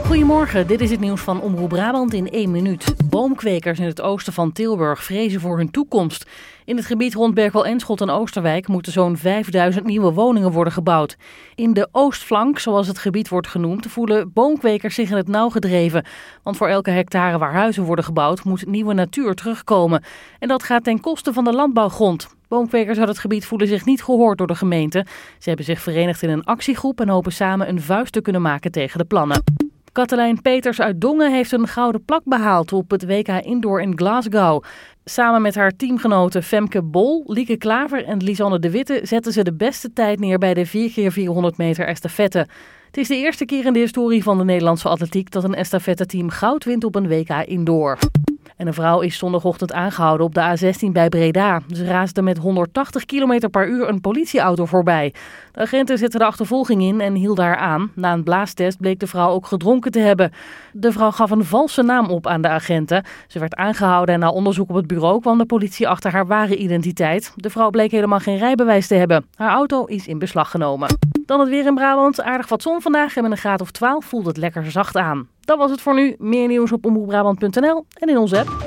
Goedemorgen, dit is het nieuws van Omroep Brabant in 1 minuut. Boomkwekers in het oosten van Tilburg vrezen voor hun toekomst. In het gebied rond Berkel-Enschot en Oosterwijk moeten zo'n 5000 nieuwe woningen worden gebouwd. In de oostflank, zoals het gebied wordt genoemd, voelen boomkwekers zich in het nauw gedreven. Want voor elke hectare waar huizen worden gebouwd moet nieuwe natuur terugkomen. En dat gaat ten koste van de landbouwgrond. Boomkwekers uit het gebied voelen zich niet gehoord door de gemeente. Ze hebben zich verenigd in een actiegroep en hopen samen een vuist te kunnen maken tegen de plannen. Katelijn Peters uit Dongen heeft een gouden plak behaald op het WK Indoor in Glasgow. Samen met haar teamgenoten Femke Bol, Lieke Klaver en Lisanne de Witte zetten ze de beste tijd neer bij de 4x400 meter estafette. Het is de eerste keer in de historie van de Nederlandse atletiek dat een estafette-team goud wint op een WK Indoor. En een vrouw is zondagochtend aangehouden op de A16 bij Breda. Ze raasde met 180 km per uur een politieauto voorbij. De agenten zetten de achtervolging in en hielden haar aan. Na een blaastest bleek de vrouw ook gedronken te hebben. De vrouw gaf een valse naam op aan de agenten. Ze werd aangehouden en na onderzoek op het bureau kwam de politie achter haar ware identiteit. De vrouw bleek helemaal geen rijbewijs te hebben. Haar auto is in beslag genomen. Dan het weer in Brabant. Aardig wat zon vandaag en met een graad of 12 voelt het lekker zacht aan. Dat was het voor nu. Meer nieuws op omroepbrabant.nl en in onze app.